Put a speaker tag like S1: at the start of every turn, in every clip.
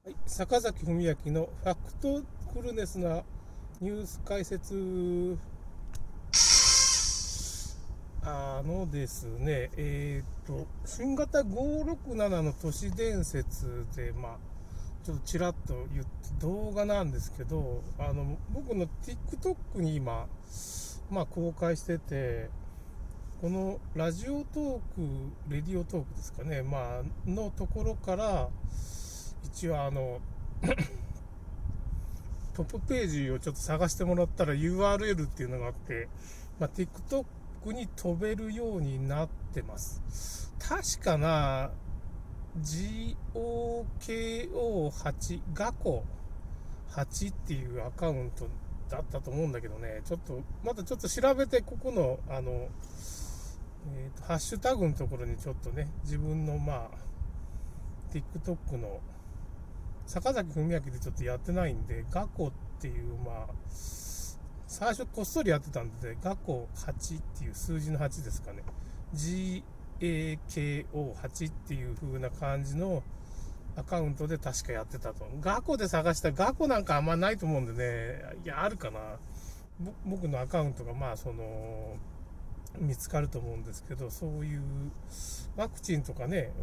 S1: はい、坂崎文明のファクトフルネスなニュース解説。ですね、新型567の都市伝説で、ちょっとちらっと言って動画なんですけど、僕の TikTok に今、公開してて、このラジオトーク、レディオトークですかね、のところから、一応トップページをちょっと探してもらったら URL っていうのがあって、TikTok に飛べるようになってます。確かな、GOKO8、ガコ8っていうアカウントだったと思うんだけどね、またちょっと調べて、ここの、ハッシュタグのところにちょっとね、自分のTikTok の坂崎文明でちょっとやってないんで、ガコっていう、最初こっそりやってたんで、ガコ8っていう数字の8ですかね。GAKO8 っていう風な感じのアカウントで確かやってたと。ガコで探したガコなんかあんまないと思うんでね、いや、あるかな。僕のアカウントが見つかると思うんですけど、そういうワクチンとかね、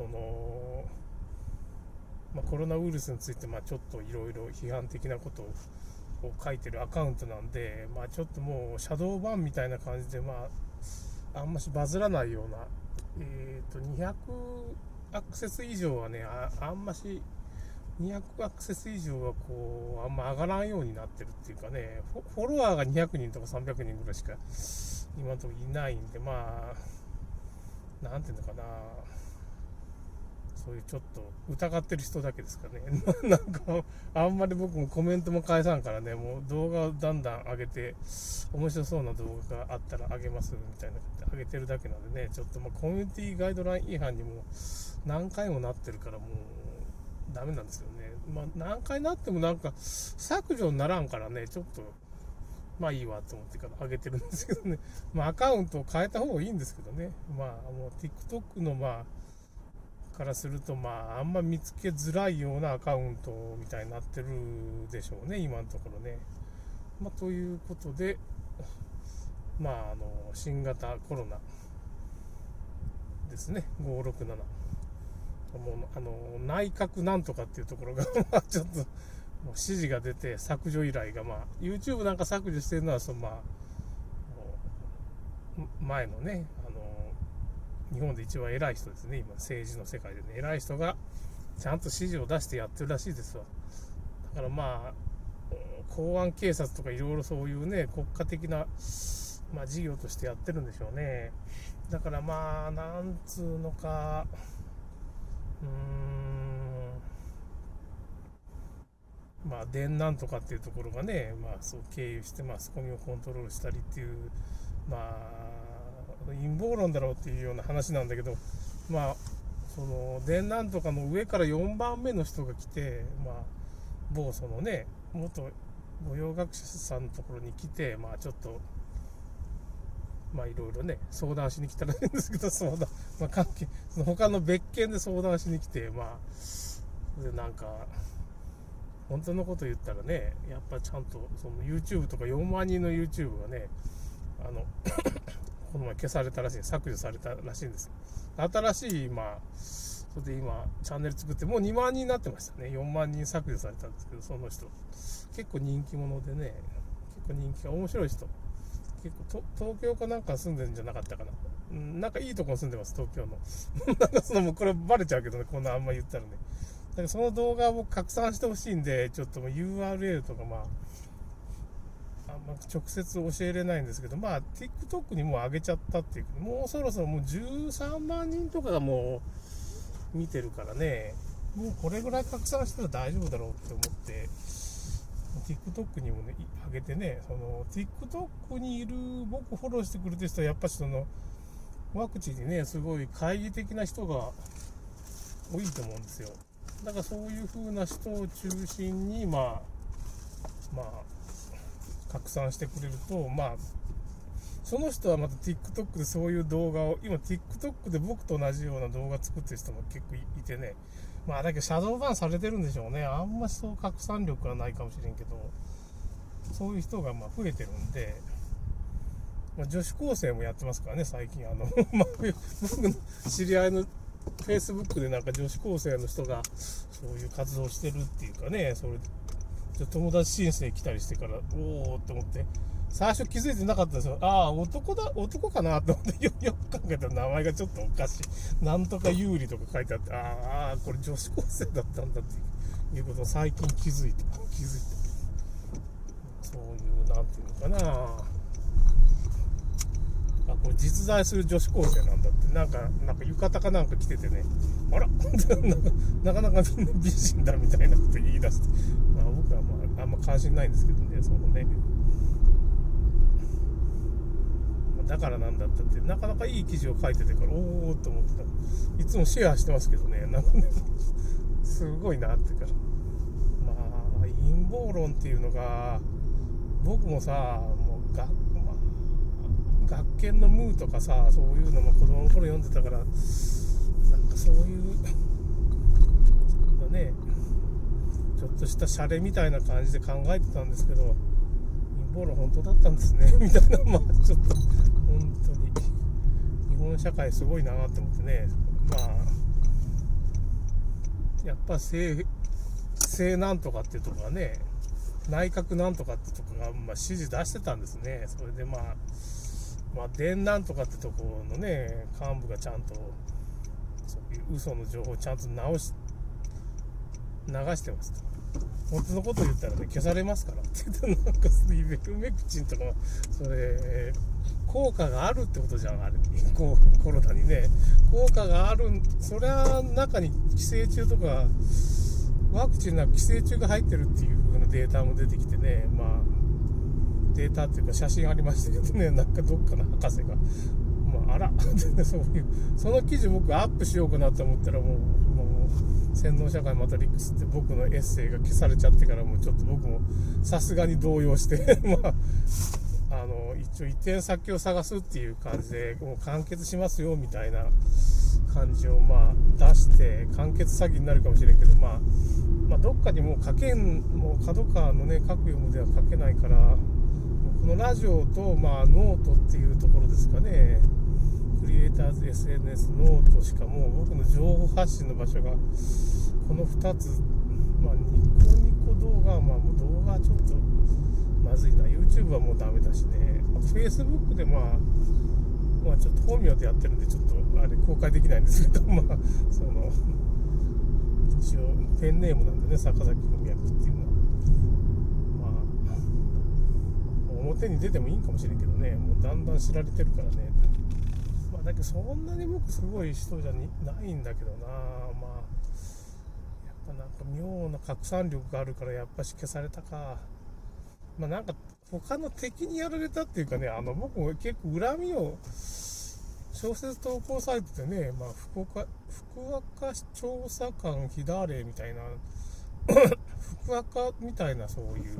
S1: コロナウイルスについてちょっといろいろ批判的なことを書いてるアカウントなんで、ちょっともうシャドーバンみたいな感じで、あんましバズらないような、200アクセス以上はね、あんまし200アクセス以上はあんま上がらんようになってるっていうかね、フォロワーが200人とか300人ぐらいしか今のところいないんで、なんていうのかな、そういうちょっと疑ってる人だけですかね。なんか、あんまり僕もコメントも返さんからね、もう動画をだんだん上げて、面白そうな動画があったら上げますみたいなことで上げてるだけなんでね、ちょっとコミュニティガイドライン違反にも何回もなってるからもうダメなんですよね。何回なってもなんか削除にならんからね、ちょっと、いいわと思ってから上げてるんですけどね。アカウントを変えた方がいいんですけどね。もう TikTok のからすると、あんま見つけづらいようなアカウントみたいになってるでしょうね、今のところね。ということで、新型コロナですね、567。内閣なんとかっていうところがちょっと、指示が出て削除依頼が、YouTube なんか削除してるのは、前のね、日本で一番偉い人ですね、今、政治の世界でね、偉い人がちゃんと指示を出してやってるらしいですわ。だから公安警察とかいろいろそういうね、国家的な、事業としてやってるんでしょうね。だからなんつうのか、電なんとかっていうところがね、そう経由して、マスコミをコントロールしたりっていう、陰謀論だろうっていうような話なんだけど、その電なんとかの上から4番目の人が来て、某そのね、元御用学者さんのところに来て、ちょっと、いろいろね、相談しに来たらしいんですけど、関係、その他の別件で相談しに来て、でなんか、本当のこと言ったらね、やっぱちゃんとその YouTube とか4万人の YouTube がね、この前消されたらしい、削除されたらしいんですよ。新しい、それで今、チャンネル作って、もう2万人になってましたね。4万人削除されたんですけど、その人。結構人気者でね、結構人気が面白い人。結構東京かなんか住んでるんじゃなかったかな。なんかいいとこに住んでます、東京の。なんかもうこれバレちゃうけどね、こんなあんま言ったらね。だからその動画を拡散してほしいんで、ちょっともう URL とか直接教えれないんですけど、TikTok にもう上げちゃったっていう、もうそろそろもう13万人とかがもう見てるからね、もうこれぐらい拡散したら大丈夫だろうって思って、TikTok にもね、上げてね、TikTok にいる僕フォローしてくれてる人は、やっぱその、ワクチンにね、すごい懐疑的な人が多いと思うんですよ。だからそういう風な人を中心に、拡散してくれると、その人はまた TikTok でそういう動画を、今 TikTok で僕と同じような動画作ってる人も結構いてね、 まあだけどシャドーバンされてるんでしょうね。あんましそう拡散力はないかもしれんけど、そういう人がまあ増えてるんで、まあ、女子高生もやってますからね、最近。まあ、僕の知り合いの Facebook でなんか女子高生の人がそういう活動してるっていうかね、それで友達申請来たりしてから、おーって思って、最初気づいてなかったんですよ。ああ、男かなと思って、よく考えたら名前がちょっとおかしい。なんとか有利とか書いてあって、ああ、これ女子高生だったんだっていうことを最近気づいた。そういう、なんていうのかな。あ、これ実在する女子高生なんだって、なんか浴衣かなんか着ててね、あらなかなかみんな美人だみたいなこと言い出して、まあ僕はまああんま関心ないんですけどね、そのね。だからなんだったって、なかなかいい記事を書いててから、おーっと思ってた。いつもシェアしてますけどね、なんかね、すごいなってから。まあ、陰謀論っていうのが、僕もさ、もう学研のムーとかさ、そういうのも子供の頃読んでたから、なんかそういうそんなね、ちょっとしたシャレみたいな感じで考えてたんですけど、陰謀論本当だったんですねみたいな、まあちょっと本当に日本社会すごいなって思ってね、まあやっぱ性なんとかっていうところがね、内閣なんとかってとこが、まあ、指示出してたんですね。それでまあ電なんとかってところのね、幹部がちゃんとそういう嘘の情報をちゃんと流してますと。本当のことを言ったらね、消されますからって言って、なんかイベルメクチンとか、それ効果があるってことじゃん、あれコロナにね効果がある。そりゃ中に寄生虫とかワクチンの寄生虫が入ってるっていう風なデータも出てきてね、まあデータっていうか写真ありましたけどね、なんかどっかの博士が、まあ、あらそういうその記事僕アップしようかなと思ったら、もう洗脳社会マトリックスって僕のエッセイが消されちゃってから、もうちょっと僕もさすがに動揺してまあ一応移転先を探すっていう感じでもう完結しますよみたいな感じをまあ出して、完結詐欺になるかもしれんけど、まあどっかにもう書けん、もう角川のね各読むでは書けないから、このラジオとまあノートっていうところですかね、クリエイターズ SNS ノートしかもう僕の情報発信の場所がこの2つ、まあニコ動画はまあもう動画はちょっとまずいな、 YouTube はもうダメだしね、あと Facebook でまあちょっと本名でやってるんでちょっとあれ公開できないんですけど、まあその一応ペンネームなんでね、坂崎文明っていうのは表に出てもいいかもしれんけどね、もうだんだん知られてるからね。まあだけどそんなに僕すごい人じゃないんだけどな、まあやっぱなんか妙な拡散力があるからやっぱし消されたか。まあなんか他の敵にやられたっていうかね、僕も結構恨みを小説投稿サイトでね、まあ福岡調査官ひだれみたいな福岡みたいなそういう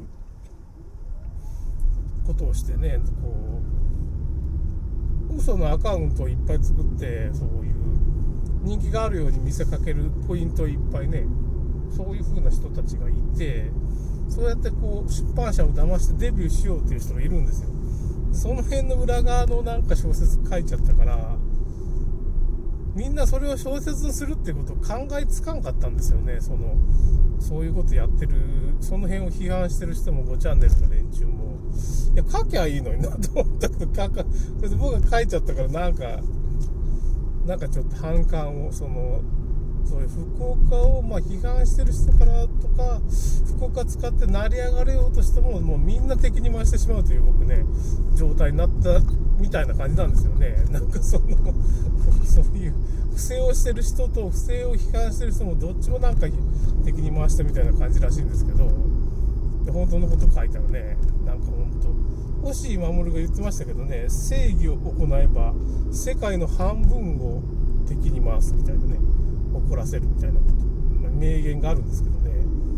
S1: ことをしてね、こう嘘のアカウントをいっぱい作って、そういう人気があるように見せかけるポイントをいっぱいね、そういう風な人たちがいて、そうやってこう出版社を騙してデビューしようっていう人がいるんですよ。その辺の裏側のなんか小説書いちゃったから、みんなそれを小説にするってことを考えつかんかったんですよね。そういうことやってる、その辺を批判してる人も5チャンネルの連中も、いや書きゃいいのになと思ったけど、それで僕が書いちゃったから、なんかちょっと反感を、そういう福岡をまあ批判してる人からとか、福岡使って成り上がれようとしても、もうみんな敵に回してしまうという僕ね、状態になったみたいな感じなんですよね。なんかそういう不正をしてる人と不正を批判してる人もどっちもなんか敵に回したみたいな感じらしいんですけど、で本当のことを書いたらね、なんか本当押井守が言ってましたけどね、正義を行えば世界の半分を敵に回すみたいなね、怒らせるみたいなこと、名言があるんですけどね、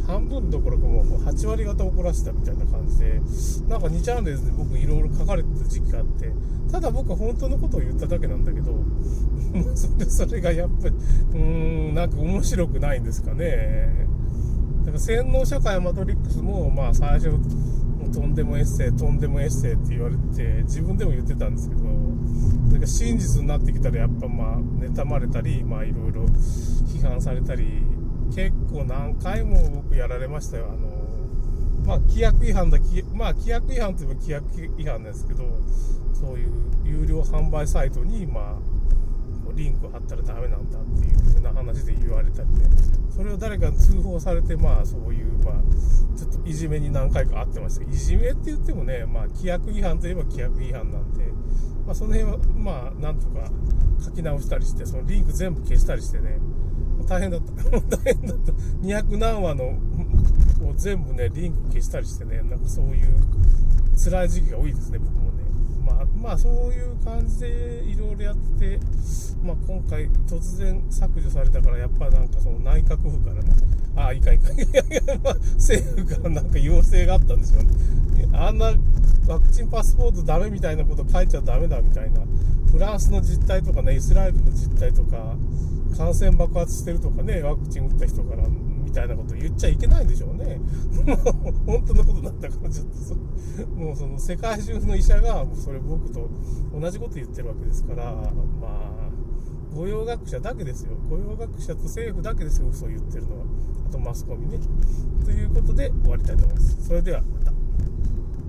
S1: 半分どころかもう8割方怒らせたみたいな感じで、なんか2チャンネルで僕いろいろ書かれてた時期があって、ただ僕は本当のことを言っただけなんだけど、それがやっぱりなんか面白くないんですかね。だから洗脳社会マトリックスもまあ最初もうとんでもエッセイとんでもエッセイって言われて自分でも言ってたんですけど、それが真実になってきたらやっぱまあ妬まれたり、まあいろいろ批判されたり、結構何回も僕やられましたよ。まあ規約違反だ、まあ規約違反といえば規約違反ですけど、そういう有料販売サイトにまあリンクを貼ったらダメなんだっていう風な話で言われたりね、それを誰かに通報されて、まあそういうまあちょっといじめに何回かあってました。いじめって言ってもね、まあ規約違反といえば規約違反なんで、まあその辺はまあなんとか書き直したりして、そのリンク全部消したりしてね、大変だった大変だった。200何話のを全部ねリンク消したりしてね、なんかそういう辛い時期が多いですね、僕もね。まあそういう感じでいろいろやってて、まあ今回突然削除されたから、やっぱなんかその内閣府からね、いかん、まあ、政府からなんか要請があったんですよね。あんなワクチンパスポートダメみたいなこと書いちゃダメだみたいな、フランスの実態とかね、イスラエルの実態とか、感染爆発してるとかね、ワクチン打った人からみたいなこと言っちゃいけないんでしょうね。本当のことなんだから、ちょっともうその世界中の医者がもうそれ僕と同じこと言ってるわけですから、まあ御用学者だけですよ。御用学者と政府だけですよ、嘘を言ってるのは。あとマスコミね。ということで終わりたいと思います。それではまた。